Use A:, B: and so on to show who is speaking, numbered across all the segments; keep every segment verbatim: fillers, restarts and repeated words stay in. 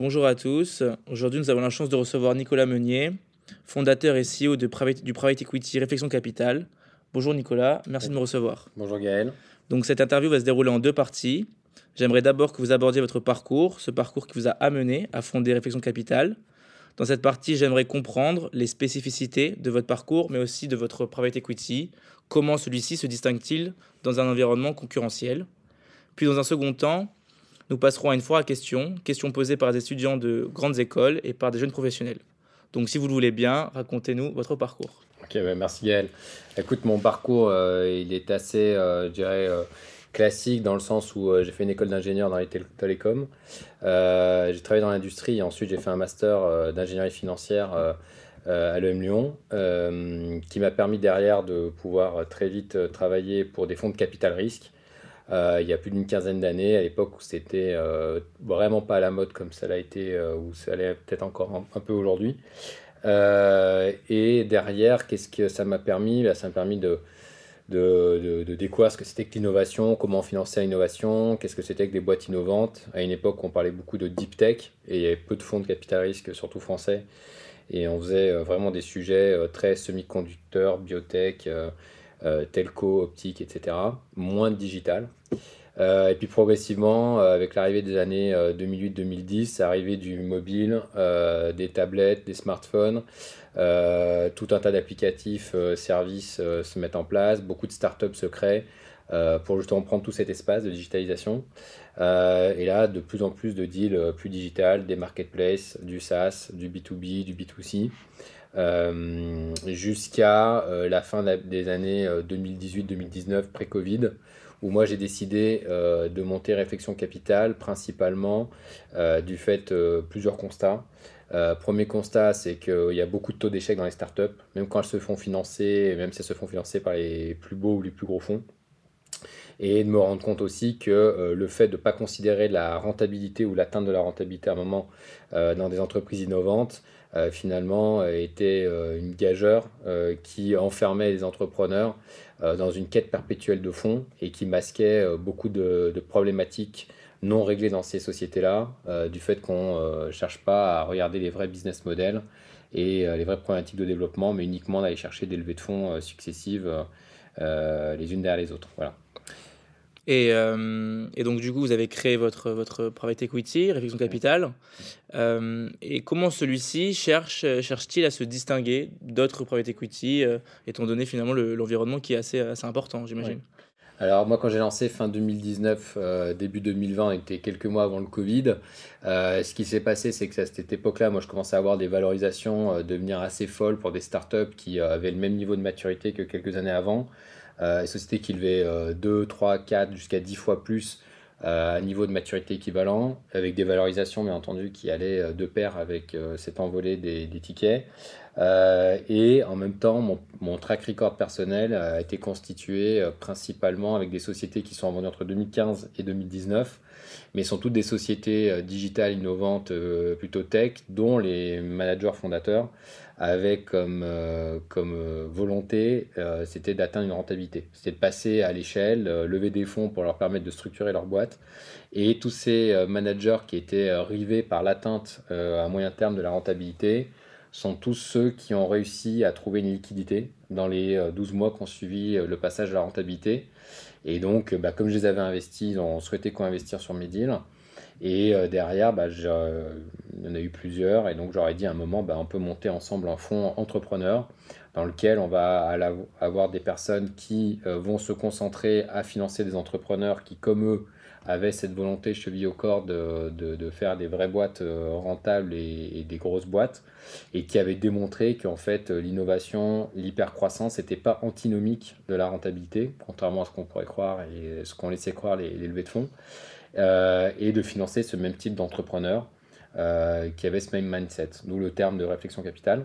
A: Bonjour à tous. Aujourd'hui, nous avons la chance de recevoir Nicolas Meunier, fondateur et C E O de Private- du Private Equity Réflexion Capital. Bonjour Nicolas, merci de me recevoir.
B: Bonjour Gaël.
A: Donc cette interview va se dérouler en deux parties. J'aimerais d'abord que vous abordiez votre parcours, ce parcours qui vous a amené à fonder Réflexion Capital. Dans cette partie, j'aimerais comprendre les spécificités de votre parcours, mais aussi de votre Private Equity. Comment celui-ci se distingue-t-il dans un environnement concurrentiel? Puis dans un second temps, nous passerons à une foire à questions, questions posées par des étudiants de grandes écoles et par des jeunes professionnels. Donc si vous le voulez bien, racontez-nous votre parcours.
B: Ok, bah, merci Gaël. Écoute, mon parcours, euh, il est assez, euh, je dirais, euh, classique dans le sens où euh, j'ai fait une école d'ingénieur dans les tél- télécoms. Euh, j'ai travaillé dans l'industrie et ensuite j'ai fait un master euh, d'ingénierie financière euh, euh, à l'E M Lyon euh, qui m'a permis derrière de pouvoir euh, très vite euh, travailler pour des fonds de capital risque. Euh, il y a plus d'une quinzaine d'années, à l'époque où c'était euh, vraiment pas à la mode comme ça l'a été, euh, ou ça l'est peut-être encore un, un peu aujourd'hui. Euh, et derrière, qu'est-ce que ça m'a permis? Bah, ça m'a permis de, de, de, de découvrir ce que c'était que l'innovation, comment financer l'innovation, qu'est-ce que c'était que des boîtes innovantes. À une époque, on parlait beaucoup de deep tech et il y avait peu de fonds de capital risque, surtout français. Et on faisait euh, vraiment des sujets euh, très semi-conducteurs, biotech, euh, euh, telco, optique, et cetera. Moins de digital. Euh, et puis progressivement, euh, avec l'arrivée des années euh, deux mille huit deux mille dix, l'arrivée du mobile, euh, des tablettes, des smartphones, euh, tout un tas d'applicatifs, euh, services euh, se mettent en place, beaucoup de startups se créent euh, pour justement prendre tout cet espace de digitalisation. Euh, et là, de plus en plus de deals euh, plus digital, des marketplaces, du SaaS, du B deux B, du B deux C, euh, jusqu'à euh, la fin de la- des années euh, deux mille dix-huit deux mille dix-neuf, pré-Covid, où moi j'ai décidé euh, de monter Réflexion Capital, principalement euh, du fait euh, plusieurs constats. Euh, premier constat, c'est qu'il y a beaucoup de taux d'échec dans les startups, même quand elles se font financer, même si elles se font financer par les plus beaux ou les plus gros fonds. Et de me rendre compte aussi que euh, le fait de ne pas considérer la rentabilité ou l'atteinte de la rentabilité à un moment euh, dans des entreprises innovantes, euh, finalement, euh, était euh, une gageure euh, qui enfermait les entrepreneurs euh, dans une quête perpétuelle de fonds et qui masquait euh, beaucoup de, de problématiques non réglées dans ces sociétés-là, euh, du fait qu'on ne cherche pas à regarder les vrais business models et euh, les vraies problématiques de développement, mais uniquement d'aller chercher des levées de fonds euh, successives euh, les unes derrière les autres. Voilà.
A: Et, euh, et donc du coup, vous avez créé votre, votre Private Equity, Réflexion Capital. Euh, et comment celui-ci cherche, cherche-t-il à se distinguer d'autres Private Equity, euh, étant donné finalement le- l'environnement qui est assez, assez important,
B: Ouais.
A: j'imagine.
B: Alors moi quand j'ai lancé fin deux mille dix-neuf, euh, début deux mille vingt, on était quelques mois avant le Covid. Euh, ce qui s'est passé, c'est que à cette époque-là, moi je commençais à avoir des valorisations euh, devenir assez folles pour des startups qui euh, avaient le même niveau de maturité que quelques années avant. Euh, des sociétés qui levaient euh, deux, trois, quatre, jusqu'à dix fois plus euh, à niveau de maturité équivalent, avec des valorisations bien entendu qui allaient euh, de pair avec euh, cette envolée des, des tickets. Euh, et en même temps, mon, mon track record personnel a été constitué euh, principalement avec des sociétés qui sont vendues entre deux mille quinze et deux mille dix-neuf, mais sont toutes des sociétés euh, digitales innovantes, euh, plutôt tech, dont les managers fondateurs avaient comme, euh, comme euh, volonté, euh, c'était d'atteindre une rentabilité. C'était de passer à l'échelle, euh, lever des fonds pour leur permettre de structurer leur boîte. Et tous ces euh, managers qui étaient euh, rivés par l'atteinte euh, à moyen terme de la rentabilité sont tous ceux qui ont réussi à trouver une liquidité dans les euh, douze mois qui ont suivi euh, le passage à la rentabilité. Et donc, euh, bah, comme je les avais investis, ils ont souhaité co-investir sur mes deals. Et euh, derrière, bah, je- euh, il y en a eu plusieurs. Et donc, j'aurais dit à un moment, bah, on peut monter ensemble un fonds entrepreneur dans lequel on va à la- avoir des personnes qui euh, vont se concentrer à financer des entrepreneurs qui, comme eux, avaient cette volonté cheville au corps de, de- de faire des vraies boîtes euh, rentables et, et des grosses boîtes, et qui avaient démontré qu'en fait, euh, l'innovation, l'hypercroissance n'était pas antinomique de la rentabilité, contrairement à ce qu'on pourrait croire et ce qu'on laissait croire les, les levées de fonds, euh, et de financer ce même type d'entrepreneurs euh, qui avaient ce même mindset, d'où le terme de réflexion capitale.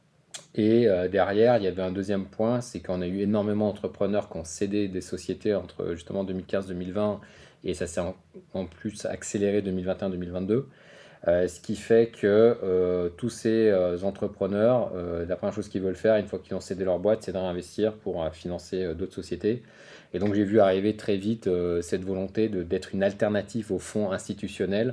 B: Et euh, derrière, il y avait un deuxième point, c'est qu'on a eu énormément d'entrepreneurs qui ont cédé des sociétés entre justement deux mille quinze deux mille vingt, et ça s'est en, en plus accéléré deux mille vingt et un deux mille vingt-deux. Euh, ce qui fait que euh, tous ces euh, entrepreneurs, euh, la première chose qu'ils veulent faire, une fois qu'ils ont cédé leur boîte, c'est de réinvestir pour euh, financer euh, d'autres sociétés. Et donc j'ai vu arriver très vite euh, cette volonté de- d'être une alternative aux fonds institutionnels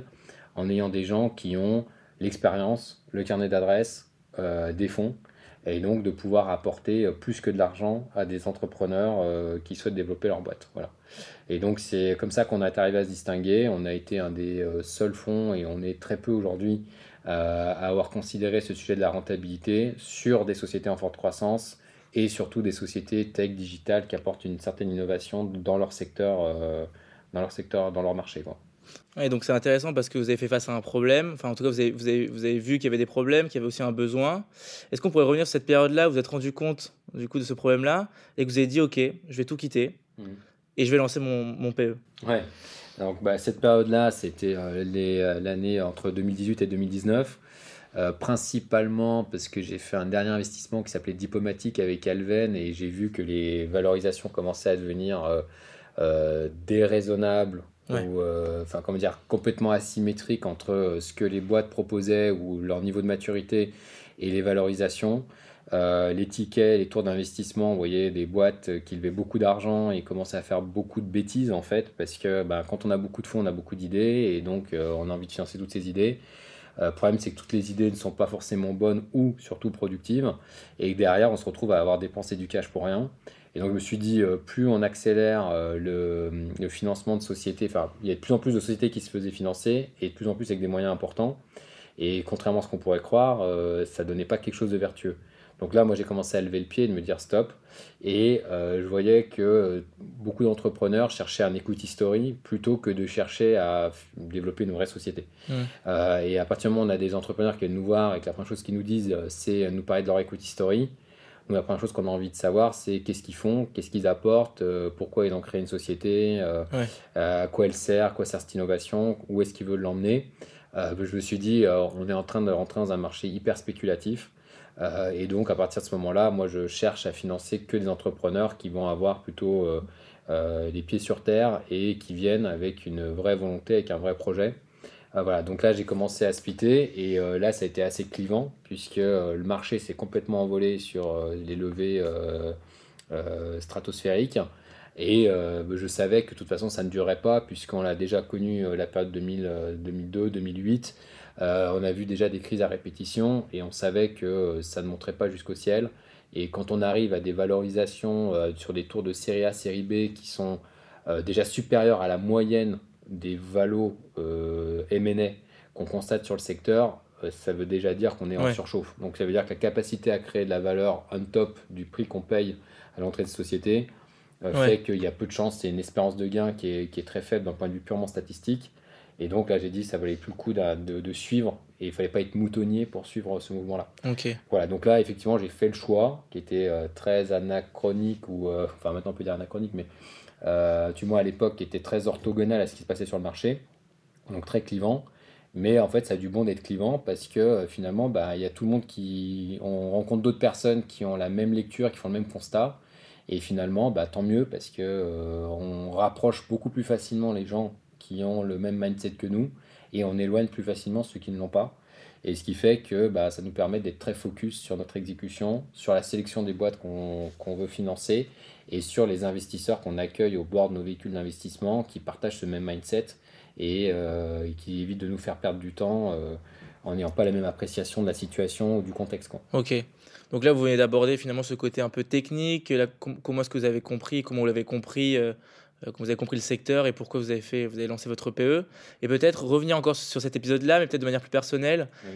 B: en ayant des gens qui ont l'expérience, le carnet d'adresses, euh, des fonds, et donc de pouvoir apporter euh, plus que de l'argent à des entrepreneurs euh, qui souhaitent développer leur boîte. Voilà. Et donc c'est comme ça qu'on est arrivé à se distinguer. On a été un des euh, seuls fonds, et on est très peu aujourd'hui euh, à avoir considéré ce sujet de la rentabilité sur des sociétés en forte croissance et surtout des sociétés tech digitales qui apportent une certaine innovation dans leur secteur, euh, dans leur secteur, dans leur marché, quoi.
A: Ouais, donc c'est intéressant parce que vous avez fait face à un problème, enfin en tout cas vous avez, vous avez, vous avez vu qu'il y avait des problèmes, qu'il y avait aussi un besoin. Est-ce qu'on pourrait revenir sur cette période-là où vous vous êtes rendu compte du coup de ce problème-là et que vous avez dit ok, je vais tout quitter
B: Mhm.
A: et je vais lancer mon, mon P E?
B: Ouais. Donc bah, cette période-là, c'était euh, les, euh, l'année entre deux mille dix-huit et deux mille dix-neuf. Euh, principalement parce que j'ai fait un dernier investissement qui s'appelait Diplomatique avec Alven, et j'ai vu que les valorisations commençaient à devenir euh, euh, déraisonnables
A: Ouais.
B: ou euh, enfin comment dire, complètement asymétriques entre euh, ce que les boîtes proposaient ou leur niveau de maturité et les valorisations. Euh, les tickets, les tours d'investissement, vous voyez des boîtes qui levaient beaucoup d'argent et commençaient à faire beaucoup de bêtises en fait, parce que bah, quand on a beaucoup de fonds, on a beaucoup d'idées, et donc euh, on a envie de financer toutes ces idées. Euh, le problème, c'est que toutes les idées ne sont pas forcément bonnes ou surtout productives, et que derrière, on se retrouve à avoir dépensé du cash pour rien. Et donc, je me suis dit, euh, plus on accélère euh, le, le financement de sociétés, enfin, il y a de plus en plus de sociétés qui se faisaient financer, et de plus en plus avec des moyens importants. Et contrairement à ce qu'on pourrait croire, euh, ça donnait pas quelque chose de vertueux. Donc là, moi, j'ai commencé à lever le pied et de me dire stop. Et euh, je voyais que euh, beaucoup d'entrepreneurs cherchaient un equity story plutôt que de chercher à f- développer une vraie société.
A: Mm.
B: Euh, et à partir du moment où on a des entrepreneurs qui viennent nous voir et que la première chose qu'ils nous disent, euh, c'est nous parler de leur equity story, nous, la première chose qu'on a envie de savoir, c'est qu'est-ce qu'ils font, qu'est-ce qu'ils apportent, euh, pourquoi ils ont créé une société, euh,
A: Ouais.
B: à quoi elle sert, à quoi sert cette innovation, où est-ce qu'ils veulent l'emmener. Euh, je me suis dit, euh, on est en train de rentrer dans un marché hyper spéculatif. Euh, et donc, à partir de ce moment-là, moi, je cherche à financer que des entrepreneurs qui vont avoir plutôt euh, euh, les pieds sur terre et qui viennent avec une vraie volonté, avec un vrai projet. Euh, voilà, donc là, j'ai commencé à splitter, et euh, là, ça a été assez clivant puisque euh, le marché s'est complètement envolé sur euh, les levées euh, euh, stratosphériques. Et euh, je savais que de toute façon, ça ne durerait pas, puisqu'on a déjà connu euh, la période deux mille, euh, deux mille deux, deux mille huit. Euh, on a vu déjà des crises à répétition, et on savait que euh, ça ne monterait pas jusqu'au ciel. Et quand on arrive à des valorisations euh, sur des tours de série A, série B qui sont euh, déjà supérieures à la moyenne des valos euh, M and A qu'on constate sur le secteur, euh, ça veut déjà dire qu'on est en
A: Ouais.
B: surchauffe. Donc ça veut dire que la capacité à créer de la valeur on top du prix qu'on paye à l'entrée de société euh,
A: Ouais.
B: fait qu'il y a peu de chances, c'est une espérance de gain qui est, qui est très faible d'un point de vue purement statistique. Et donc là, j'ai dit ça valait plus le coup de, de- de suivre, et il fallait pas être moutonnier pour suivre ce mouvement-là.
A: Ok.
B: Voilà, donc là, effectivement, j'ai fait le choix qui était euh, très anachronique, ou euh, enfin maintenant on peut dire anachronique, mais euh, tu vois, à l'époque, qui était très orthogonal à ce qui se passait sur le marché, donc très clivant. Mais en fait, ça a du bon d'être clivant parce que euh, finalement, bah, il y a tout le monde qui. On rencontre d'autres personnes qui ont la même lecture, qui font le même constat. Et finalement, bah, tant mieux parce que euh, on rapproche beaucoup plus facilement les gens qui ont le même mindset que nous, et on éloigne plus facilement ceux qui ne l'ont pas. Et ce qui fait que bah, ça nous permet d'être très focus sur notre exécution, sur la sélection des boîtes qu'on qu'on veut financer, et sur les investisseurs qu'on accueille au bord de nos véhicules d'investissement qui partagent ce même mindset, et, euh, et qui évite de nous faire perdre du temps euh, en n'ayant pas la même appréciation de la situation ou du contexte, quoi.
A: Ok. Donc là, vous venez d'aborder finalement ce côté un peu technique, la- com- comment est-ce que vous avez compris, comment vous l'avez compris, euh, euh, comment vous avez compris le secteur et pourquoi vous avez fait, vous avez lancé votre P E. Et peut-être revenir encore sur cet épisode-là, mais peut-être de manière plus personnelle.
B: Oui.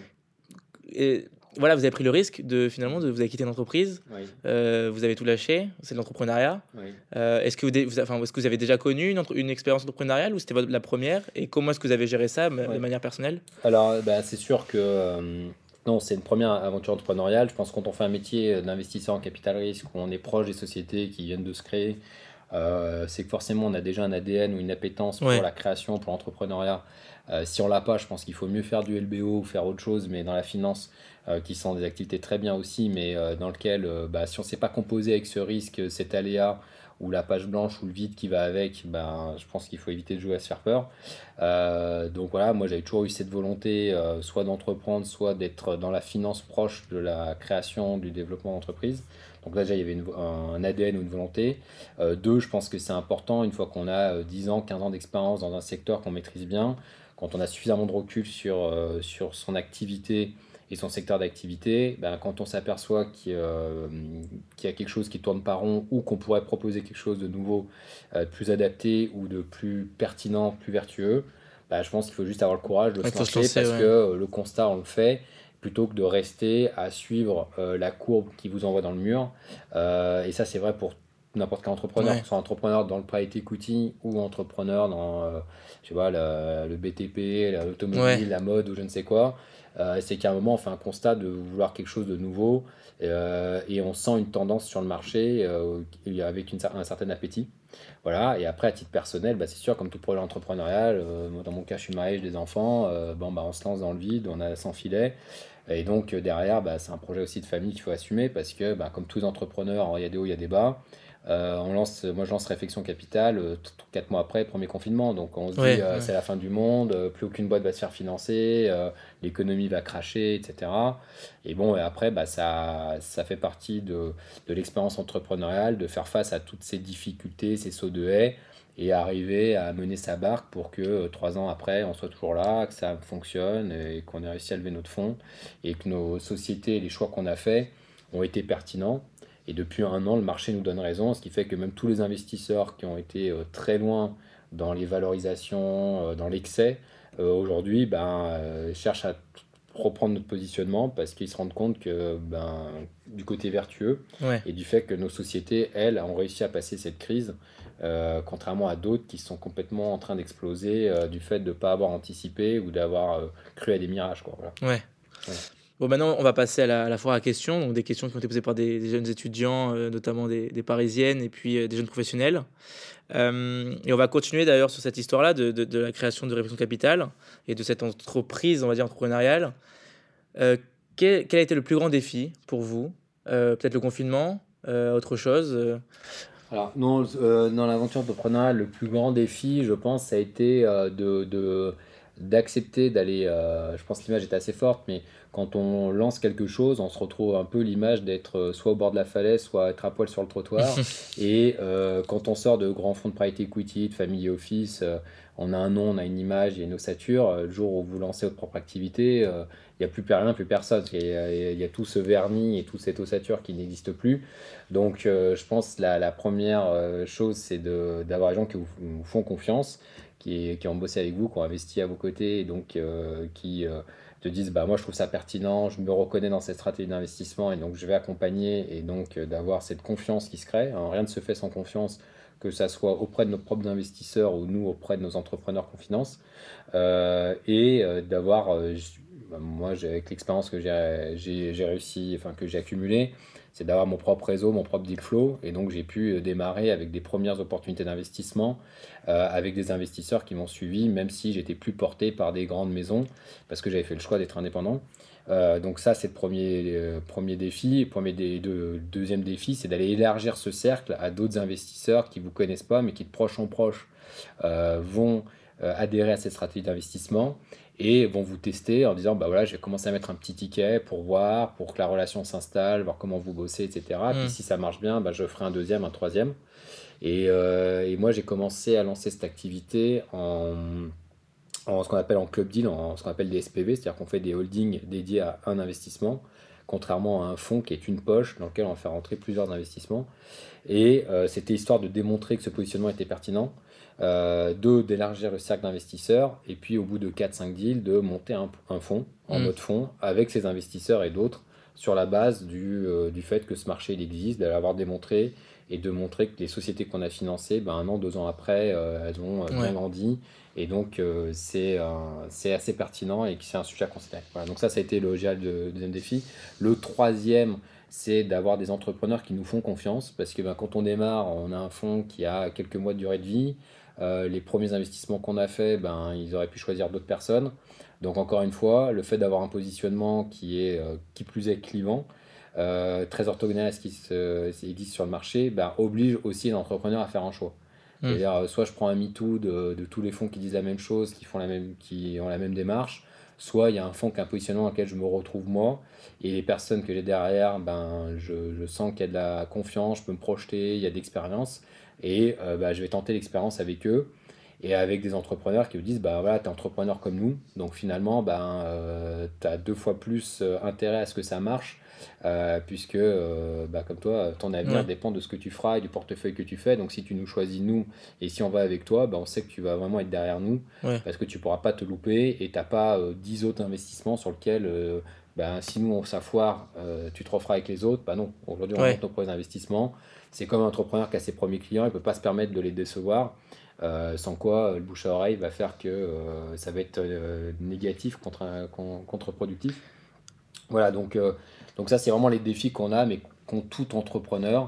A: Et voilà, vous avez pris le risque de finalement, de, vous avez quitté l'entreprise,
B: Oui,
A: euh, vous avez tout lâché, c'est de l'entrepreneuriat.
B: oui.
A: Euh, est-ce que vous, dé- vous- enfin, est-ce que vous avez déjà connu une, entre- une expérience entrepreneuriale ou c'était votre- la première? Et comment est-ce que vous avez géré ça ma- de
B: Ouais.
A: manière personnelle?
B: Alors, bah, c'est sûr que euh, non, c'est une première aventure entrepreneuriale. Je pense que quand on fait un métier d'investisseur en capital risque, où on est proche des sociétés qui viennent de se créer, euh, c'est que forcément on a déjà un A D N ou une appétence pour
A: Ouais.
B: la création, pour l'entrepreneuriat. Euh, si on l'a pas, je pense qu'il faut mieux faire du L B O ou faire autre chose, mais dans la finance, euh, qui sont des activités très bien aussi, mais euh, dans lequel, euh, bah, si on ne sait pas composer avec ce risque, cet aléa, ou la page blanche ou le vide qui va avec, ben, je pense qu'il faut éviter de jouer à se faire peur. Euh, donc voilà, moi j'avais toujours eu cette volonté, euh, soit d'entreprendre, soit d'être dans la finance proche de la création, du développement d'entreprise. Donc là déjà il y avait une- un A D N ou une volonté. Euh, deux, je pense que c'est important, une fois qu'on a euh, dix ans, quinze ans d'expérience dans un secteur qu'on maîtrise bien, quand on a suffisamment de recul sur, euh, sur son activité et son secteur d'activité, ben, quand on s'aperçoit qu'il y, a, euh, qu'il y a quelque chose qui tourne pas rond ou qu'on pourrait proposer quelque chose de nouveau, euh, de plus adapté ou de plus pertinent, plus vertueux, ben, je pense qu'il faut juste avoir le courage de
A: Il
B: se
A: faut se
B: lancer
A: lancer,
B: parce
A: ouais.
B: que euh, le constat, on le fait, plutôt que de rester à suivre euh, la courbe qui vous envoie dans le mur. Euh, et ça, c'est vrai pour n'importe quel entrepreneur, que
A: Ouais,
B: ce soit entrepreneur dans le private equity ou entrepreneur dans euh, je sais pas, le, le B T P, la-
A: ouais,
B: l'automobile, la mode ou je ne sais quoi. Euh, c'est qu'à un moment, on fait un constat de vouloir quelque chose de nouveau euh, et on sent une tendance sur le marché euh, avec une, cer- un certain appétit. Voilà, et après, à titre personnel, bah, c'est sûr, comme tout projet entrepreneurial, euh, moi, dans mon cas, je suis marié, j'ai des enfants, euh, bon, bah, on se lance dans le vide, on a sans filet. Et donc, euh, derrière, bah, c'est un projet aussi de famille qu'il faut assumer parce que, bah, comme tous les entrepreneurs, il y a des hauts, il y a des bas. Euh, on lance, moi, je lance Réflexion Capital euh, t- quatre mois après, premier confinement. Donc, on se dit,
A: ouais,
B: euh,
A: ouais.
B: c'est la fin du monde, euh, plus aucune boîte va se faire financer, euh, l'économie va cracher, et cetera. Et bon, et après, bah, ça, ça fait partie de, de l'expérience entrepreneuriale, de faire face à toutes ces difficultés, ces sauts de haie, et arriver à mener sa barque pour que euh, trois ans après, on soit toujours là, que ça fonctionne et qu'on ait réussi à lever notre fonds et que nos sociétés et les choix qu'on a faits ont été pertinents. Et depuis un an, le marché nous donne raison, ce qui fait que même tous les investisseurs qui ont été euh, très loin dans les valorisations, euh, dans l'excès, euh, aujourd'hui ben, euh, cherchent à reprendre notre positionnement parce qu'ils se rendent compte que ben, du côté vertueux
A: Ouais.
B: et du fait que nos sociétés, elles, ont réussi à passer cette crise, euh, contrairement à d'autres qui sont complètement en train d'exploser euh, du fait de ne pas avoir anticipé ou d'avoir euh, cru à des mirages. Quoi, voilà.
A: Ouais.
B: Voilà.
A: Bon, maintenant, on va passer à la, à la foire à questions, donc des questions qui ont été posées par des, des jeunes étudiants, euh, notamment des, des parisiennes et puis euh, des jeunes professionnels. Euh, et on va continuer d'ailleurs sur cette histoire-là de, de, de la création de Réflexion Capital et de cette entreprise, on va dire, entrepreneuriale. Euh, quel, quel a été le plus grand défi pour vous? Euh, peut-être le confinement, euh, autre chose euh,
B: Alors, non, euh, dans l'aventure entrepreneuriale, le plus grand défi, je pense, ça a été euh, de, de- d'accepter d'aller. Euh, je pense que l'image est assez forte, mais quand on lance quelque chose, on se retrouve un peu l'image d'être euh, soit au bord de la falaise, soit être à poil sur le trottoir. Et euh, quand on sort de grands fonds de private equity, de family office, euh, on a un nom, on a une image, il y a une ossature. Euh, Le jour où vous lancez votre propre activité, euh, il n'y a plus rien, plus personne. Il y, a, il y a tout ce vernis et toute cette ossature qui n'existe plus. Donc, euh, je pense que la, la première euh, chose, c'est de, d'avoir des gens qui vous, vous font confiance, qui, qui ont bossé avec vous, qui ont investi à vos côtés, et donc euh, qui euh, te disent, bah, moi, je trouve ça pertinent, je me reconnais dans cette stratégie d'investissement, et donc je vais accompagner, et donc euh, d'avoir cette confiance qui se crée. Hein, rien ne se fait sans confiance, que ça soit auprès de nos propres investisseurs ou nous auprès de nos entrepreneurs qu'on finance. Euh, et euh, d'avoir, euh, j- bah, moi, j'ai- avec l'expérience que j'ai j'ai- j'ai réussi, enfin que j'ai accumulée, c'est d'avoir mon propre réseau, mon propre deal flow. Et donc, j'ai pu euh, démarrer avec des premières opportunités d'investissement, euh, avec des investisseurs qui m'ont suivi, même si j'étais plus porté par des grandes maisons, parce que j'avais fait le choix d'être indépendant. Euh, donc ça, c'est le premier, euh, premier défi. Premier dé- de- deuxième défi, c'est d'aller élargir ce cercle à d'autres investisseurs qui ne vous connaissent pas, mais qui de proche en proche euh, vont euh, adhérer à cette stratégie d'investissement et vont vous tester en disant bah voilà, je vais commencer à mettre un petit ticket pour voir, pour que la relation s'installe, voir comment vous bossez, et cetera. Puis
A: hmm.
B: si ça marche bien, bah, je ferai un deuxième, un troisième. Et, euh, et moi, j'ai commencé à lancer cette activité en, en ce qu'on appelle en club deal, en ce qu'on appelle des S P V, c'est-à-dire qu'on fait des holdings dédiés à un investissement, contrairement à un fonds qui est une poche dans lequel on va faire rentrer plusieurs investissements. Et euh, c'était histoire de démontrer que ce positionnement était pertinent, euh, de d'élargir le cercle d'investisseurs, et puis au bout de quatre cinq deals, de monter un, un fonds en
A: Hmm.
B: mode fonds avec ses investisseurs et d'autres sur la base du, euh, du fait que ce marché il existe, de l'avoir démontré et de montrer que les sociétés qu'on a financées, ben, un an, deux ans après, euh, elles ont euh, bien
A: Ouais.
B: grandi. Et donc, euh, c'est euh, c'est assez pertinent et que c'est un sujet à considérer. Voilà, donc ça, ça a été le, le deuxième défi. Le troisième, c'est d'avoir des entrepreneurs qui nous font confiance parce que ben, quand on démarre, on a un fonds qui a quelques mois de durée de vie. Euh, les premiers investissements qu'on a fait, ben, ils auraient pu choisir d'autres personnes. Donc encore une fois, le fait d'avoir un positionnement qui est euh, qui plus est clivant, euh, très orthogonal à ce qui se, existe sur le marché, ben, oblige aussi l'entrepreneur à faire un choix.
A: Hmm.
B: C'est-à-dire, euh, soit je prends un MeToo de, de tous les fonds qui disent la même chose, qui, font la même, qui ont la même démarche, soit il y a un fonds qui a un positionnement dans lequel je me retrouve moi, et les personnes que j'ai derrière, ben, je, je sens qu'il y a de la confiance, je peux me projeter, il y a de l'expérience, et euh, ben, je vais tenter l'expérience avec eux. et avec des entrepreneurs qui vous disent, bah voilà, tu es entrepreneur comme nous, donc finalement, ben, euh, tu as deux fois plus euh, intérêt à ce que ça marche, euh, puisque, euh, bah, comme toi, ton avenir
A: Ouais,
B: dépend de ce que tu feras et du portefeuille que tu fais. Donc si tu nous choisis, nous, et si on va avec toi, bah, on sait que tu vas vraiment être derrière nous,
A: ouais,
B: parce que tu pourras pas te louper et tu n'as pas euh, dix autres investissements sur lesquels, euh, ben, si nous, on s'affoire, euh, tu te referas avec les autres. Bah non, aujourd'hui, on monte
A: ouais.
B: nos premiers investissements. C'est comme un entrepreneur qui a ses premiers clients, il ne peut pas se permettre de les décevoir. Euh, sans quoi, euh, le bouche à oreille va faire que euh, ça va être euh, négatif, contre, con- contre-productif. Voilà, donc, euh, donc ça, c'est vraiment les défis qu'on a, mais qu'ont tout entrepreneur.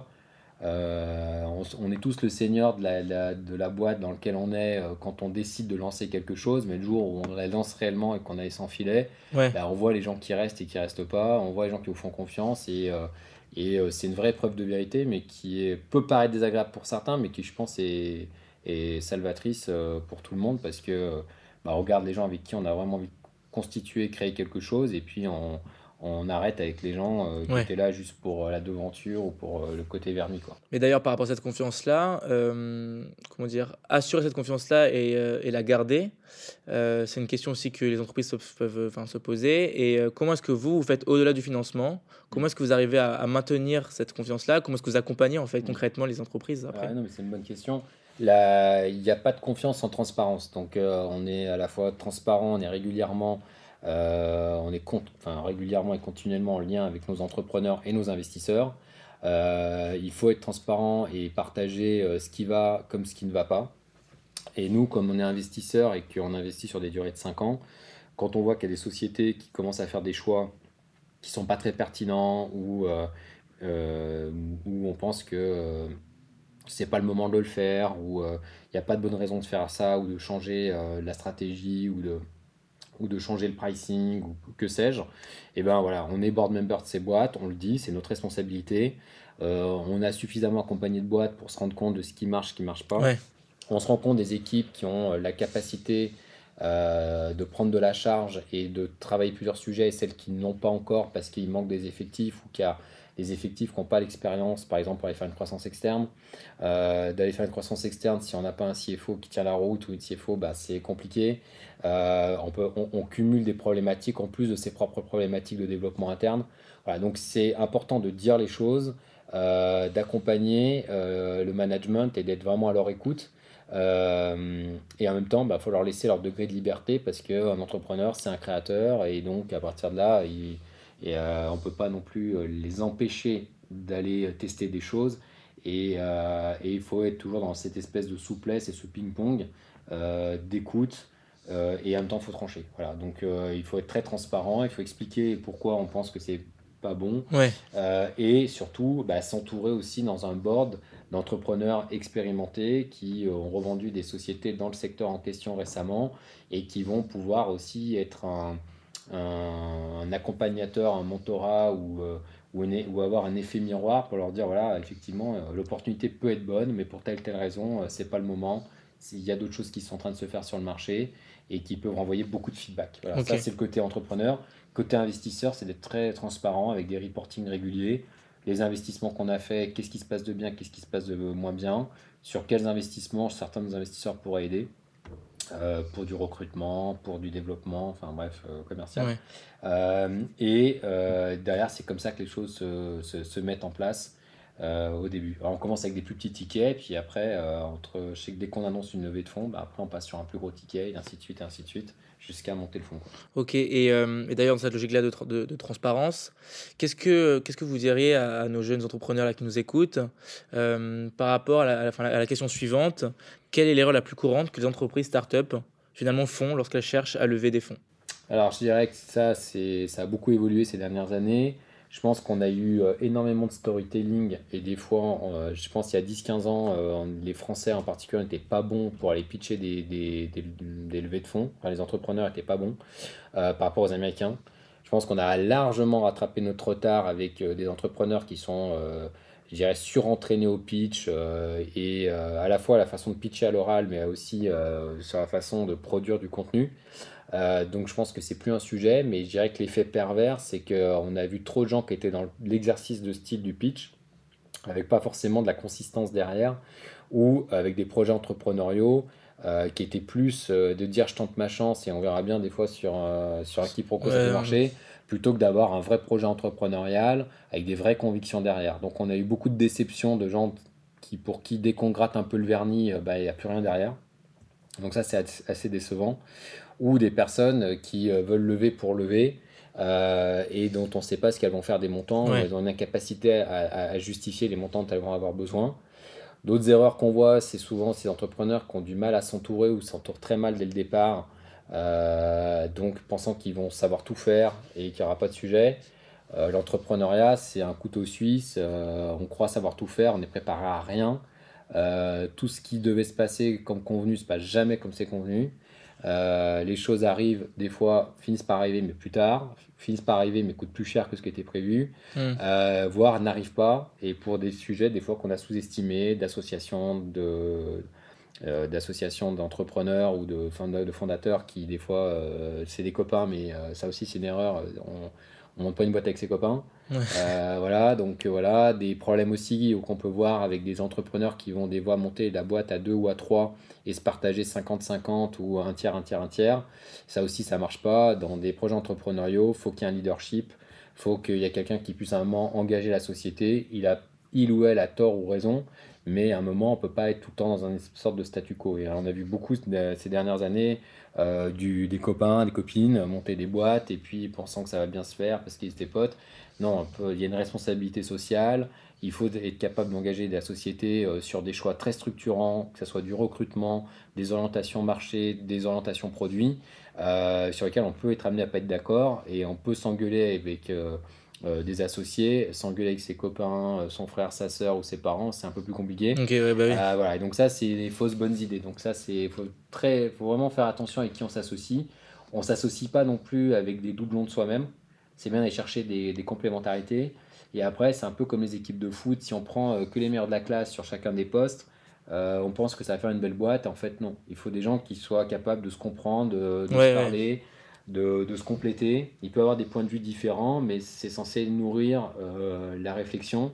B: Euh, on, s- on est tous le seigneur de la, la- de la boîte dans laquelle on est euh, quand on décide de lancer quelque chose, mais le jour où on la lance réellement et qu'on a sans filet,
A: Ouais.
B: bah, on voit les gens qui restent et qui restent pas, on voit les gens qui vous font confiance, et, euh, et euh, c'est une vraie preuve de vérité, mais qui est- peut paraître désagréable pour certains, mais qui, je pense, est, est salvatrice euh, pour tout le monde, parce que euh, bah, on regarde les gens avec qui on a vraiment envie de constituer, créer quelque chose, et puis on, on arrête avec les gens euh, qui
A: Ouais.
B: étaient là juste pour euh, la devanture ou pour euh, le côté vernis, quoi.
A: Mais d'ailleurs, par rapport à cette confiance-là, euh, comment dire, assurer cette confiance-là et, euh, et la garder, euh, c'est une question aussi que les entreprises se- peuvent euh, enfin, se poser. Et euh, comment est-ce que vous, vous faites au-delà du financement? Comment
B: Mm.
A: est-ce que vous arrivez à, à maintenir cette confiance-là? Comment est-ce que vous accompagnez en fait
B: Mm.
A: concrètement les entreprises
B: Ouais,
A: après?
B: non, mais c'est une bonne question. Là, il n'y a pas de confiance sans transparence. Donc, euh, on est à la fois transparent, on est régulièrement, euh, on est con- enfin, régulièrement et continuellement en lien avec nos entrepreneurs et nos investisseurs. Euh, il faut être transparent et partager euh, ce qui va comme ce qui ne va pas. Et nous, comme on est investisseurs et qu'on investit sur des durées de cinq ans, quand on voit qu'il y a des sociétés qui commencent à faire des choix qui sont pas très pertinents ou euh, euh, où on pense que euh, c'est pas le moment de le faire, ou il n'y a pas de bonne raison de faire ça, ou de changer euh, la stratégie, ou de, ou de changer le pricing, ou que sais-je, et ben voilà, on est board member de ces boîtes, on le dit, c'est notre responsabilité. Euh, on a suffisamment accompagné de boîtes pour se rendre compte de ce qui marche, ce qui marche pas.
A: Ouais,
B: On se rend compte des équipes qui ont euh, la capacité euh, de prendre de la charge et de travailler plusieurs sujets, et celles qui n'ont pas encore parce qu'il manque des effectifs, ou qu'il y a des effectifs qui n'ont pas l'expérience, par exemple pour aller faire une croissance externe. Euh, d'aller faire une croissance externe, si on n'a pas un C F O qui tient la route, ou une C F O, bah, c'est compliqué. Euh, on, peut, on, on cumule des problématiques en plus de ses propres problématiques de développement interne. Voilà, donc c'est important de dire les choses, euh, d'accompagner euh, le management et d'être vraiment à leur écoute. Euh, et en même temps, il bah, faut leur laisser leur degré de liberté, parce qu'un entrepreneur, c'est un créateur, et donc à partir de là, il, et, euh, on ne peut pas non plus euh, les empêcher d'aller tester des choses. Et, euh, et il faut être toujours dans cette espèce de souplesse et ce ping-pong euh, d'écoute. Euh, et en même temps, il faut trancher. Voilà. Donc euh, il faut être très transparent, il faut expliquer pourquoi on pense que c'est pas bon.
A: ouais,
B: Euh, et surtout, bah, s'entourer aussi dans un board d'entrepreneurs expérimentés qui euh, ont revendu des sociétés dans le secteur en question récemment, et qui vont pouvoir aussi être un, un, un accompagnateur, un mentorat, ou, euh, ou, une- ou avoir un effet miroir pour leur dire, voilà, effectivement, euh, l'opportunité peut être bonne, mais pour telle telle raison, euh, c'est pas le moment. Il y a d'autres choses qui sont en train de se faire sur le marché, et qui peuvent renvoyer beaucoup de feedback. Voilà,
A: ok,
B: ça, c'est le côté entrepreneur. Côté investisseur, c'est d'être très transparent avec des reportings réguliers. Les investissements qu'on a fait, qu'est-ce qui se passe de bien, qu'est-ce qui se passe de moins bien, sur quels investissements certains de nos investisseurs pourraient aider, euh, pour du recrutement, pour du développement, enfin bref, euh, commercial.
A: ouais.
B: Euh, et euh, derrière, c'est comme ça que les choses se, se- se mettent en place euh, au début. Alors, on commence avec des plus petits tickets, puis après, euh, entre, je sais que dès qu'on annonce une levée de fonds, bah, après on passe sur un plus gros ticket, et ainsi de suite, et ainsi de suite, jusqu'à monter le fonds, quoi.
A: Ok, et, euh, et d'ailleurs, dans cette logique-là de, tra- de- de transparence, qu'est-ce que, qu'est-ce que vous diriez à, à nos jeunes entrepreneurs là, qui nous écoutent euh, par rapport à la, à la- enfin, à la question suivante? Quelle est l'erreur la plus courante que les entreprises start-up finalement font lorsqu'elles cherchent à lever des fonds?
B: Alors, je dirais que ça, c'est, ça a beaucoup évolué ces dernières années. Je pense qu'on a eu euh, énormément de storytelling, et des fois, euh, je pense qu'il y a dix quinze ans, euh, les Français en particulier n'étaient pas bons pour aller pitcher des, des, des- des levées de fonds. Enfin, les entrepreneurs n'étaient pas bons euh, par rapport aux Américains. Je pense qu'on a largement rattrapé notre retard avec euh, des entrepreneurs qui sont, euh, je dirais, surentraînés au pitch, euh, et euh, à la fois la façon de pitcher à l'oral, mais aussi euh, sur la façon de produire du contenu. Euh, donc je pense que c'est plus un sujet, mais je dirais que l'effet pervers, c'est qu'on a vu trop de gens qui étaient dans l'exercice de style du pitch, avec pas forcément de la consistance derrière, ou avec des projets entrepreneuriaux, euh, qui était plus euh, de dire je tente ma chance et on verra bien des fois sur, euh, sur un quiproquo ça peut
A: Ouais,
B: marcher, plutôt que d'avoir un vrai projet entrepreneurial avec des vraies convictions derrière. Donc on a eu beaucoup de déceptions de gens qui, pour qui dès qu'on gratte un peu le vernis, euh, bah, il n'y a plus rien derrière. Donc ça c'est assez assez décevant. Ou des personnes qui euh, veulent lever pour lever euh, et dont on ne sait pas ce qu'elles vont faire des montants, ou
A: ouais.
B: elles ont une incapacité à, à- à justifier les montants dont elles vont avoir besoin. D'autres erreurs qu'on voit, c'est souvent ces entrepreneurs qui ont du mal à s'entourer ou s'entourent très mal dès le départ, euh, donc pensant qu'ils vont savoir tout faire et qu'il n'y aura pas de sujet. Euh, l'entrepreneuriat, c'est un couteau suisse, euh, on croit savoir tout faire, on est préparé à rien. Euh, tout ce qui devait se passer comme convenu se passe jamais comme c'est convenu. Euh, les choses arrivent, des fois finissent par arriver, mais plus tard, finissent par arriver, mais coûtent plus cher que ce qui était prévu,
A: Hmm.
B: euh, voire n'arrivent pas, et pour des sujets, des fois qu'on a sous-estimés, d'associations, de, euh, d'associations d'entrepreneurs ou de, fond- de fondateurs qui, des fois, euh, c'est des copains, mais euh, ça aussi, c'est une erreur. On on monte pas une boîte avec ses copains.
A: Ouais.
B: Euh, voilà, donc euh, voilà, des problèmes aussi qu'on peut voir avec des entrepreneurs qui vont des fois monter la boîte à deux ou à trois et se partager cinquante cinquante ou un tiers, un tiers, un tiers. Ça aussi, ça marche pas. Dans des projets entrepreneuriaux, faut qu'il y ait un leadership, faut qu'il y ait quelqu'un qui puisse à un moment engager la société. Il a, il ou elle a tort ou raison, mais à un moment, on peut pas être tout le temps dans une sorte de statu quo. Et on a vu beaucoup euh, ces dernières années euh, du, des copains, des copines monter des boîtes et puis pensant que ça va bien se faire parce qu'ils étaient potes. Non, on peut- il y a une responsabilité sociale. Il faut être capable d'engager la société euh, sur des choix très structurants, que ce soit du recrutement, des orientations marché, des orientations produits, euh, sur lesquels on peut être amené à pas être d'accord et on peut s'engueuler avec euh, euh, des associés, s'engueuler avec ses copains, euh, son frère, sa sœur ou ses parents, c'est un peu plus compliqué.
A: Ok, ouais, bah oui.
B: Euh, voilà, et donc ça, c'est des fausses bonnes idées. Donc ça, c'est faut très, faut vraiment faire attention avec qui on s'associe. On s'associe pas non plus avec des doublons de soi-même. C'est bien d'aller chercher des, des complémentarités. Et après, c'est un peu comme les équipes de foot. Si on prend euh, que les meilleurs de la classe sur chacun des postes, euh, on pense que ça va faire une belle boîte. En fait, non. Il faut des gens qui soient capables de se comprendre, de,
A: Ouais,
B: de se
A: ouais.
B: parler, de, de se compléter. Il peut y avoir des points de vue différents, mais c'est censé nourrir euh, la réflexion.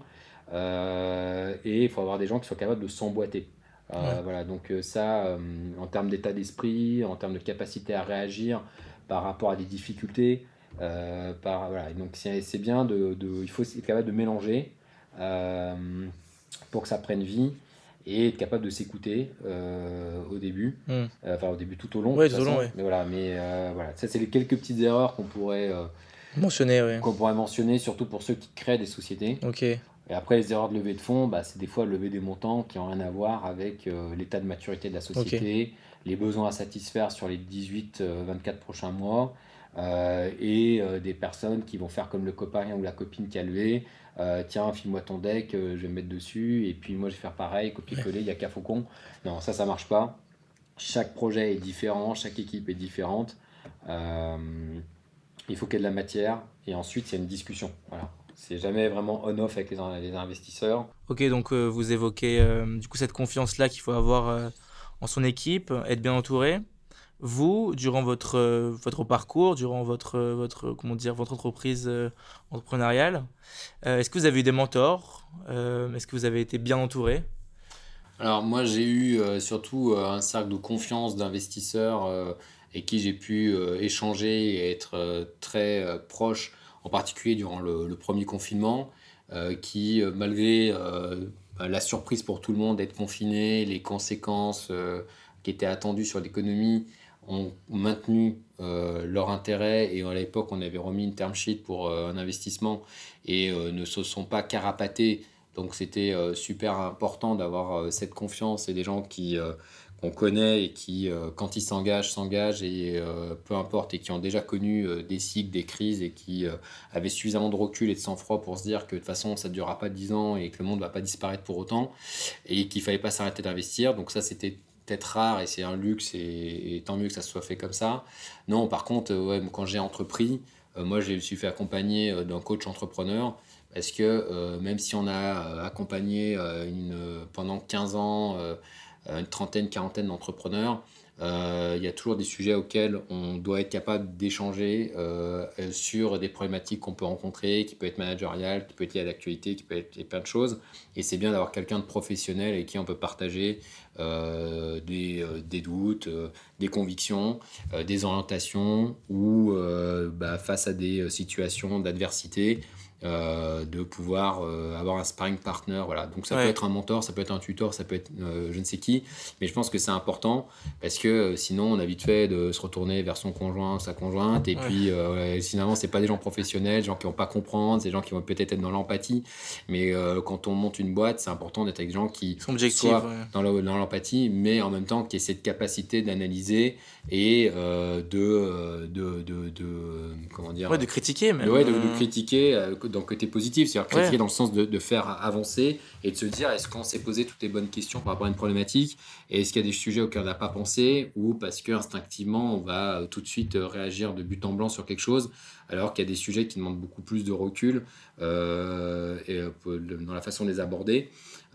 B: Euh, et il faut avoir des gens qui soient capables de s'emboîter.
A: Ouais.
B: Euh, voilà, donc euh, ça, euh, en termes d'état d'esprit, en termes de capacité à réagir par rapport à des difficultés, euh, par, voilà. Et donc c'est c'est bien de, de- il faut être capable de mélanger euh, pour que ça prenne vie et être capable de s'écouter euh, au début,
A: Hmm.
B: Euh, enfin au début tout au long de
A: Ouais,
B: toute
A: tout au long,
B: façon.
A: ouais.
B: Mais voilà, mais euh, voilà, ça c'est les quelques petites erreurs qu'on pourrait euh,
A: Mentionné, ouais.
B: qu'on pourrait mentionner, surtout pour ceux qui créent des sociétés.
A: Ok,
B: Et après, les erreurs de levée de fonds, bah, c'est des fois lever des montants qui n'ont rien à voir avec euh, l'état de maturité de la
A: ok.
B: société, les besoins à satisfaire sur les dix-huit à vingt-quatre prochains mois, euh, et euh, des personnes qui vont faire comme le copain ou la copine qui a levé. Euh, tiens, file-moi ton deck, euh, je vais me mettre dessus, et puis moi je vais faire pareil,
A: Ouais.
B: copier-coller, il y a qu'à Faucon. Non, ça, ça marche pas. Chaque projet est différent, chaque équipe est différente. Euh, il faut qu'il y ait de la matière, et ensuite il y a une discussion. Voilà. C'est jamais vraiment on-off avec les, in- les investisseurs.
A: Ok, donc euh, vous évoquez euh, du coup cette confiance-là qu'il faut avoir euh, en son équipe, être bien entouré. Vous, durant votre, euh, votre parcours, durant votre, euh, votre, comment dire, votre entreprise euh, entrepreneuriale, euh, est-ce que vous avez eu des mentors? Euh, est-ce que vous avez été bien entouré?
B: Alors moi j'ai eu euh, surtout euh, un cercle de confiance d'investisseurs euh, avec qui j'ai pu euh, échanger et être euh, très euh, proche, en particulier durant le, le premier confinement, euh, qui euh, malgré euh, bah, la surprise pour tout le monde d'être confiné, les conséquences euh, qui étaient attendues sur l'économie, ont maintenu euh, leur intérêt et à l'époque on avait remis une term sheet pour euh, un investissement et euh, ne se sont pas carapatés, donc c'était euh, super important d'avoir euh, cette confiance et des gens qui, euh, qu'on connaît et qui, euh, quand ils s'engagent, s'engagent et euh, peu importe, et qui ont déjà connu euh, des cycles, des crises et qui euh, avaient suffisamment de recul et de sang-froid pour se dire que de toute façon ça ne durera pas dix ans et que le monde ne va pas disparaître pour autant et qu'il ne fallait pas s'arrêter d'investir. Donc ça c'était peut-être rare et c'est un luxe et, et tant mieux que ça se soit fait comme ça. Non, par contre, euh, ouais, quand j'ai entrepris, euh, moi je me suis fait accompagner euh, d'un coach entrepreneur parce que euh, même si on a euh, accompagné euh, une, pendant quinze ans euh, une trentaine, quarantaine d'entrepreneurs, euh, il y a toujours des sujets auxquels on doit être capable d'échanger euh, euh, sur des problématiques qu'on peut rencontrer, qui peut être managériales, qui peut être liées à l'actualité, qui peut être liées à plein de choses. Et c'est bien d'avoir quelqu'un de professionnel avec qui on peut partager euh, des, euh, des doutes, euh, des convictions, euh, des orientations ou euh, bah, face à des situations d'adversité. Euh, de pouvoir euh, avoir un sparring partner, voilà. Donc ça peut
A: Ouais.
B: être un mentor, ça peut être un tuteur, ça peut être euh, je ne sais qui, mais je pense que c'est important parce que euh, sinon on a vite fait de se retourner vers son conjoint, sa conjointe, et
A: Ouais.
B: puis euh, ouais, finalement c'est pas des gens professionnels, des gens qui vont pas comprendre, c'est des gens qui vont peut-être être dans l'empathie, mais euh, quand on monte une boîte, c'est important d'être avec des gens qui
A: Son objectif,
B: soient
A: ouais.
B: dans, le- dans l'empathie, mais en même temps qui aient cette capacité d'analyser et euh, de, euh, de, de, de- comment dire,
A: Ouais, de critiquer même.
B: de, ouais, de, de
A: euh,
B: critiquer euh, dans le côté positif, c'est-à-dire critiquer
A: Ouais.
B: dans le sens de, de faire avancer et de se dire est-ce qu'on s'est posé toutes les bonnes questions par rapport à une problématique et est-ce qu'il y a des sujets auxquels on n'a pas pensé ou parce qu'instinctivement on va euh, tout de suite euh, réagir de but en blanc sur quelque chose alors qu'il y a des sujets qui demandent beaucoup plus de recul euh, et, euh, dans la façon de les aborder.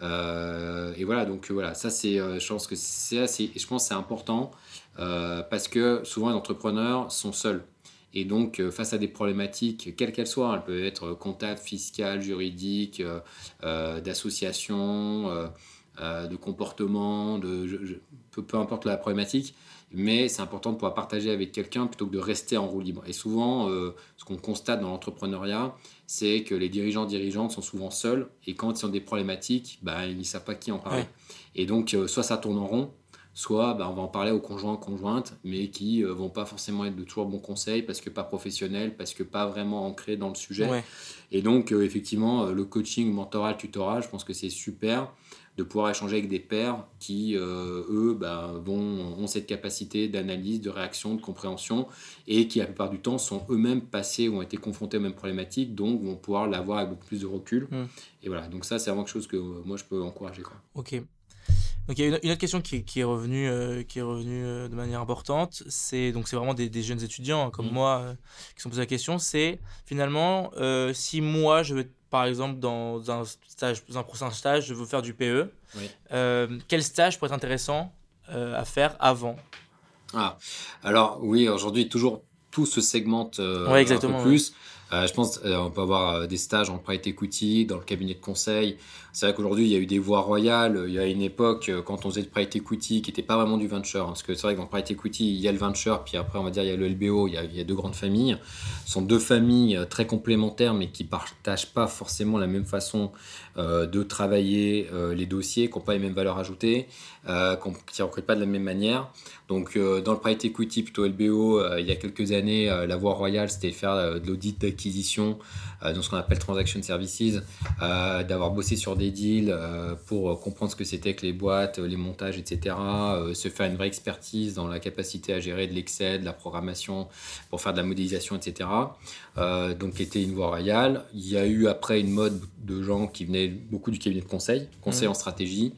B: Euh, et voilà, donc euh, voilà, ça c'est, euh, je pense que c'est assez, je pense que c'est important euh, parce que souvent les entrepreneurs sont seuls. Et donc, euh, face à des problématiques, quelles qu'elles soient, elles peuvent être comptables, fiscales, juridiques, euh, euh, d'associations, euh, euh, de comportement, de, je- je- peu, peu importe la problématique, mais c'est important de pouvoir partager avec quelqu'un plutôt que de rester en roue libre. Et souvent, euh, ce qu'on constate dans l'entrepreneuriat, c'est que les dirigeants dirigeantes sont souvent seuls, et quand ils ont des problématiques, bah, ils ne savent pas qui en parler.
A: Ouais.
B: Et donc, euh, soit ça tourne en rond, soit bah, on va en parler aux conjoints, conjointes, mais qui ne euh, vont pas forcément être de toujours bons conseils parce que pas professionnels, parce que pas vraiment ancrés dans le sujet.
A: Ouais.
B: Et donc, euh, effectivement, euh, le coaching, mentorat, tutorat, je pense que c'est super de pouvoir échanger avec des pairs qui, euh, eux, bah, vont, ont cette capacité d'analyse, de réaction, de compréhension et qui, la plupart du temps, sont eux-mêmes passés ou ont été confrontés aux mêmes problématiques, donc vont pouvoir l'avoir avec beaucoup plus de recul.
A: Hmm.
B: Et voilà, donc ça, c'est vraiment quelque chose que euh, moi, je peux encourager, quoi.
A: Ok. Donc il y a une, une autre question qui, qui est revenue, euh, qui est revenue euh, de manière importante, c'est donc c'est vraiment des, des jeunes étudiants hein, comme
B: Mm.
A: moi euh, qui sont posés la question, c'est finalement euh, si moi je veux par exemple dans un stage, dans un prochain stage, je veux faire du P E,
B: Oui.
A: euh, quel stage pourrait être intéressant euh, à faire avant?
B: Ah, alors oui, aujourd'hui, toujours tout se segmente
A: Ouais,
B: euh, un peu
A: exactement. Ouais.
B: plus. Euh, je pense euh, on peut avoir euh, des stages en private equity, dans le cabinet de conseil. C'est vrai qu'aujourd'hui, il y a eu des voies royales. Il y a une époque, euh, quand on faisait de private equity, qui n'était pas vraiment du venture. Hein, parce que c'est vrai que dans le private equity, il y a le venture, puis après, on va dire, il y a le L B O, il y a, il y a deux grandes familles. Ce sont deux familles euh, très complémentaires, mais qui ne partagent pas forcément la même façon euh, de travailler euh, les dossiers, qui n'ont pas les mêmes valeurs ajoutées, euh, qui ne recrutent pas de la même manière. Donc, euh, dans le private equity, plutôt L B O, euh, il y a quelques années, euh, la voie royale, c'était de faire euh, de l'audit d'acquisition, euh, dans ce qu'on appelle transaction services, euh, d'avoir bossé sur des deals euh, pour euh, comprendre ce que c'était que les boîtes, les montages, et cetera. Euh, se faire une vraie expertise dans la capacité à gérer de l'Excel, de la programmation, pour faire de la modélisation, et cetera. Euh, donc, qui était une voie royale. Il y a eu après une mode de gens qui venaient beaucoup du cabinet de conseil, conseil
A: Mhm.
B: en stratégie.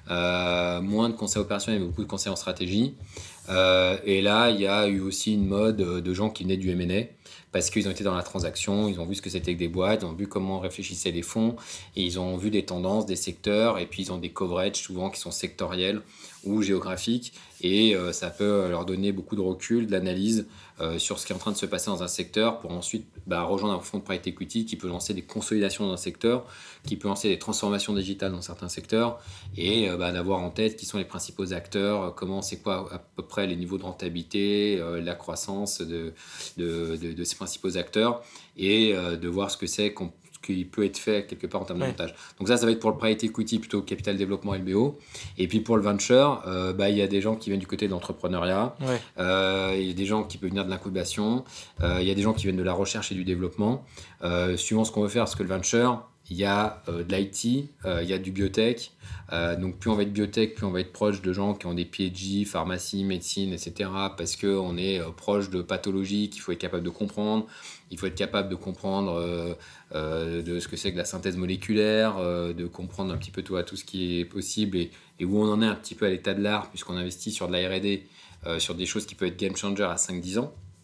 B: Euh, moins de conseils opérationnels, mais beaucoup de conseils en stratégie. Euh, et là, il y a eu aussi une mode de gens qui venaient du M and A parce qu'ils ont été dans la transaction, ils ont vu ce que c'était que des boîtes, ils ont vu comment réfléchissaient les fonds, et ils ont vu des tendances, des secteurs, et puis ils ont des coverages souvent qui sont sectoriels ou géographiques, et euh, ça peut leur donner beaucoup de recul, de l'analyse euh, sur ce qui est en train de se passer dans un secteur pour ensuite bah, rejoindre un fonds de private equity qui peut lancer des consolidations dans un secteur, qui peut lancer des transformations digitales dans certains secteurs, et euh, bah, d'avoir en tête qui sont les principaux acteurs, comment c'est quoi à peu près les niveaux de rentabilité, euh, la croissance de, de, de, de ces principaux acteurs, et euh, de voir ce que c'est qu'on, ce qui peut être fait quelque part en termes
A: Ouais.
B: de montage. Donc ça, ça va être pour le private equity, plutôt capital développement L B O. Et puis pour le venture, euh, bah, il y a des gens qui viennent du côté de l'entrepreneuriat,
A: Ouais.
B: euh, il y a des gens qui peuvent venir de l'incubation, euh, il y a des gens qui viennent de la recherche et du développement. Euh, suivant ce qu'on veut faire, parce que le venture, il y a euh, de l'I T, euh, il y a du biotech. Euh, donc plus on va être biotech, plus on va être proche de gens qui ont des P H D, pharmacie, médecine, et cetera. Parce qu'on est euh, proche de pathologies qu'il faut être capable de comprendre. Il faut être capable de comprendre euh, euh, de ce que c'est que la synthèse moléculaire, euh, de comprendre un petit peu tout, tout ce qui est possible et, et où on en est un petit peu à l'état de l'art, puisqu'on investit sur de la R et D, euh, sur des choses qui peuvent être game changer à cinq dix ans.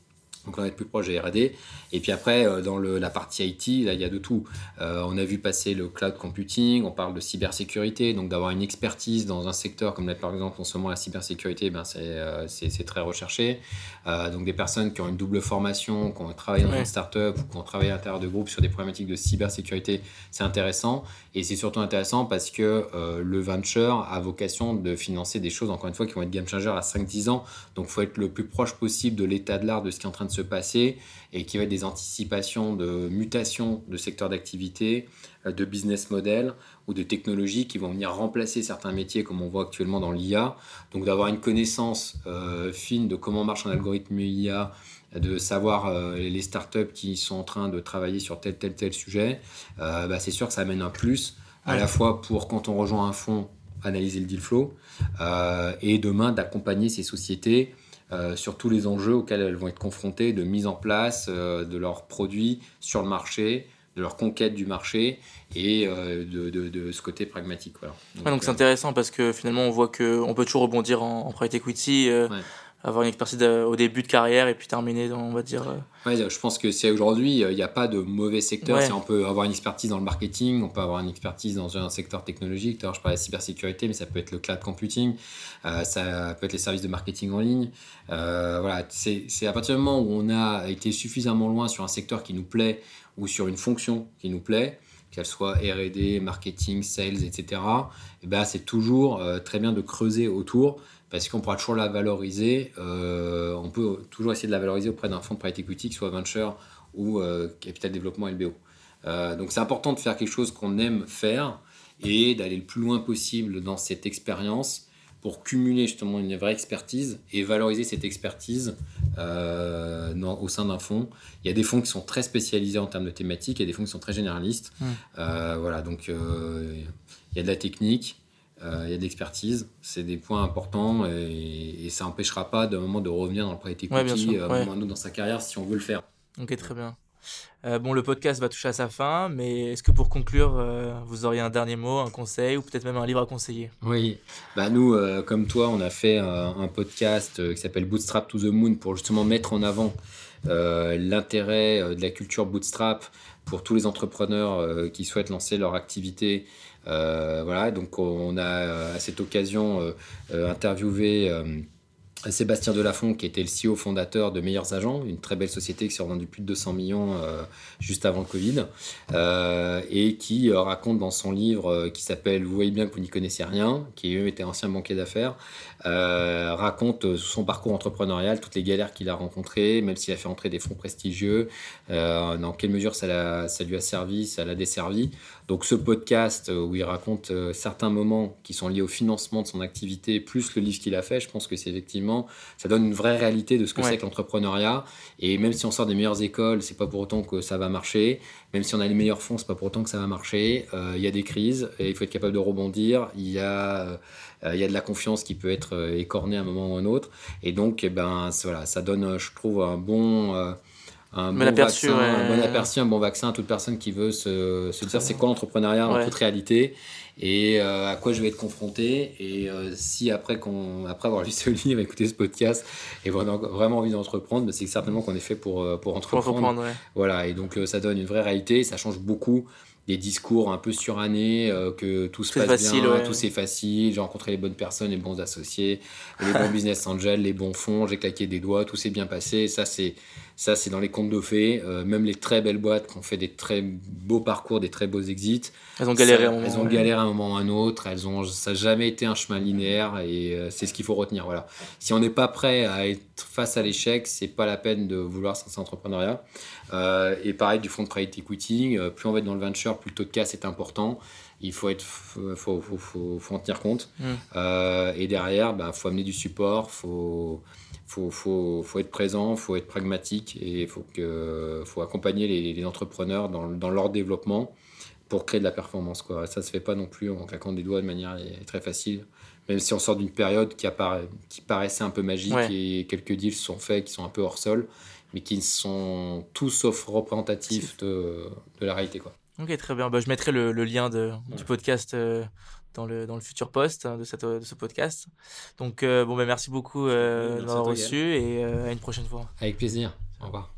B: Donc on va être plus proche des R et D. Et puis après, euh, dans le, la partie I T, là, il y a de tout. Euh, on a vu passer le cloud computing, on parle de cybersécurité, donc d'avoir une expertise dans un secteur comme là, par exemple en ce moment la cybersécurité, ben, c'est, euh, c'est, c'est très recherché. Euh, donc des personnes qui ont une double formation, qui ont travaillé dans
A: Ouais.
B: une start-up ou qui ont travaillé à l'intérieur de groupes sur des problématiques de cybersécurité, c'est intéressant. Et c'est surtout intéressant parce que euh, le venture a vocation de financer des choses, encore une fois, qui vont être game changer à cinq dix ans. Donc il faut être le plus proche possible de l'état de l'art, de ce qui est en train de se passer et qui va être des anticipations de mutation de secteurs d'activité, de business model ou de technologies qui vont venir remplacer certains métiers comme on voit actuellement dans l'I A. Donc d'avoir une connaissance euh, fine de comment marche un algorithme I A, de savoir euh, les startups qui sont en train de travailler sur tel tel tel sujet, euh, bah, c'est sûr que ça amène un plus à
A: Ouais.
B: la fois pour quand on rejoint un fonds, analyser le deal flow euh, et demain d'accompagner ces sociétés Euh, sur tous les enjeux auxquels elles vont être confrontées, de mise en place euh, de leurs produits sur le marché, de leur conquête du marché et euh, de, de, de ce côté pragmatique. Voilà.
A: Donc, ouais, donc c'est
B: euh,
A: intéressant parce que finalement on voit qu'on peut toujours rebondir en, en private equity, euh,
B: ouais.
A: avoir une expertise de, au début de carrière et puis terminer dans, on va dire... Euh...
B: Ouais, je pense que c'est aujourd'hui, il n'y a pas de mauvais secteur.
A: Ouais.
B: Si on peut avoir une expertise dans le marketing, on peut avoir une expertise dans un secteur technologique. D'ailleurs, je parlais de cybersécurité, mais ça peut être le cloud computing, euh, ça peut être les services de marketing en ligne. Euh, voilà, c'est, c'est à partir du moment où on a été suffisamment loin sur un secteur qui nous plaît ou sur une fonction qui nous plaît, qu'elle soit R et D, marketing, sales, et cetera, et ben, c'est toujours euh, très bien de creuser autour parce qu'on pourra toujours la valoriser. Euh, on peut toujours essayer de la valoriser auprès d'un fonds de private equity, que ce soit venture ou euh, capital développement L B O. Euh, donc c'est important de faire quelque chose qu'on aime faire et d'aller le plus loin possible dans cette expérience pour cumuler justement une vraie expertise et valoriser cette expertise euh, dans, au sein d'un fonds. Il y a des fonds qui sont très spécialisés en termes de thématiques, il y a des fonds qui sont très généralistes. Mmh. Euh, voilà, donc euh, il y a de la technique, il euh, y a de l'expertise, c'est des points importants et, et ça n'empêchera pas d'un moment de revenir dans le private equity
A: ouais,
B: à un
A: ouais.
B: moment ou un autre dans sa carrière si on veut le faire.
A: Ok, très bien. Euh, bon, le podcast va toucher à sa fin, mais est-ce que pour conclure, euh, vous auriez un dernier mot, un conseil ou peut-être même un livre à conseiller ?
B: Oui, bah nous, euh, comme toi, on a fait euh, un podcast euh, qui s'appelle Bootstrap to the Moon pour justement mettre en avant euh, l'intérêt euh, de la culture bootstrap pour tous les entrepreneurs euh, qui souhaitent lancer leur activité. Euh, voilà, donc on a à cette occasion euh, euh, interviewé euh, Sébastien Delafont, qui était le C E O fondateur de Meilleurs Agents, une très belle société qui s'est revendue plus de deux cents millions euh, juste avant le Covid, euh, et qui euh, raconte dans son livre euh, qui s'appelle « Vous voyez bien que vous n'y connaissez rien », qui lui était ancien banquier d'affaires, euh, raconte son parcours entrepreneurial, toutes les galères qu'il a rencontrées, même s'il a fait entrer des fonds prestigieux, euh, dans quelle mesure ça, l'a, ça lui a servi, ça l'a desservi. Donc ce podcast où il raconte euh, certains moments qui sont liés au financement de son activité, plus le livre qu'il a fait, je pense que c'est effectivement, ça donne une vraie réalité de ce que ouais. c'est que l'entrepreneuriat. Et même si on sort des meilleures écoles, c'est pas pour autant que ça va marcher. Même si on a les meilleurs fonds, c'est pas pour autant que ça va marcher. Il euh, y a des crises et il faut être capable de rebondir. Il y a euh, il y a de la confiance qui peut être euh, écornée à un moment ou à un autre. Et donc, eh ben, voilà, ça donne, je trouve, un bon... Euh, un bon,
A: aperçu,
B: vaccin,
A: ouais.
B: un bon aperçu, un bon vaccin à toute personne qui veut se, se dire c'est quoi l'entrepreneuriat ouais. en toute réalité et euh, à quoi je vais être confronté. Et euh, si après, qu'on, après avoir lu ce livre, écouté ce podcast et vraiment, vraiment envie d'entreprendre, bah, c'est certainement qu'on est fait pour, pour entreprendre. Pour entreprendre ouais. Voilà, et donc euh, ça donne une vraie réalité, ça change beaucoup des discours un peu surannés, euh, que tout se
A: c'est
B: passe
A: facile,
B: bien,
A: ouais.
B: tout c'est facile, j'ai rencontré les bonnes personnes, les bons associés, les bons business angels, les bons fonds, j'ai claqué des doigts, tout s'est bien passé. Ça, c'est, ça, c'est dans les contes de fées. Euh, même les très belles boîtes qui ont fait des très beaux parcours, des très beaux exits,
A: elles ont galéré,
B: ça,
A: un, moment,
B: elles ont
A: ouais.
B: galéré à un moment ou à un autre. Elles ont, ça n'a jamais été un chemin linéaire et euh, c'est ce qu'il faut retenir. Voilà. Si on n'est pas prêt à être face à l'échec, c'est pas la peine de vouloir se lancer en entrepreneuriat. Euh, et pareil du fonds de private equity, euh, plus on va être dans le venture, plus le taux de casse est important. Il faut, être, faut, faut, faut, faut, faut en tenir compte. Mm. Euh, et derrière, il bah, faut amener du support, il faut, faut, faut, faut être présent, il faut être pragmatique et il faut, faut accompagner les, les entrepreneurs dans, dans leur développement pour créer de la performance, quoi. Ça ne se fait pas non plus en claquant des doigts de manière très facile. Même si on sort d'une période qui, apparaît, qui paraissait un peu magique ouais. et quelques deals sont faits qui sont un peu hors sol, mais qui sont tous sauf représentatifs de, de la réalité, quoi.
A: Ok, très bien. Bah, je mettrai le, le lien de, ouais. du podcast euh, dans, le, dans le futur post hein, de, cette, de ce podcast. Donc, euh, bon, bah, merci beaucoup euh, merci de m'avoir reçu et euh, à une prochaine fois.
B: Avec plaisir.
C: Au revoir.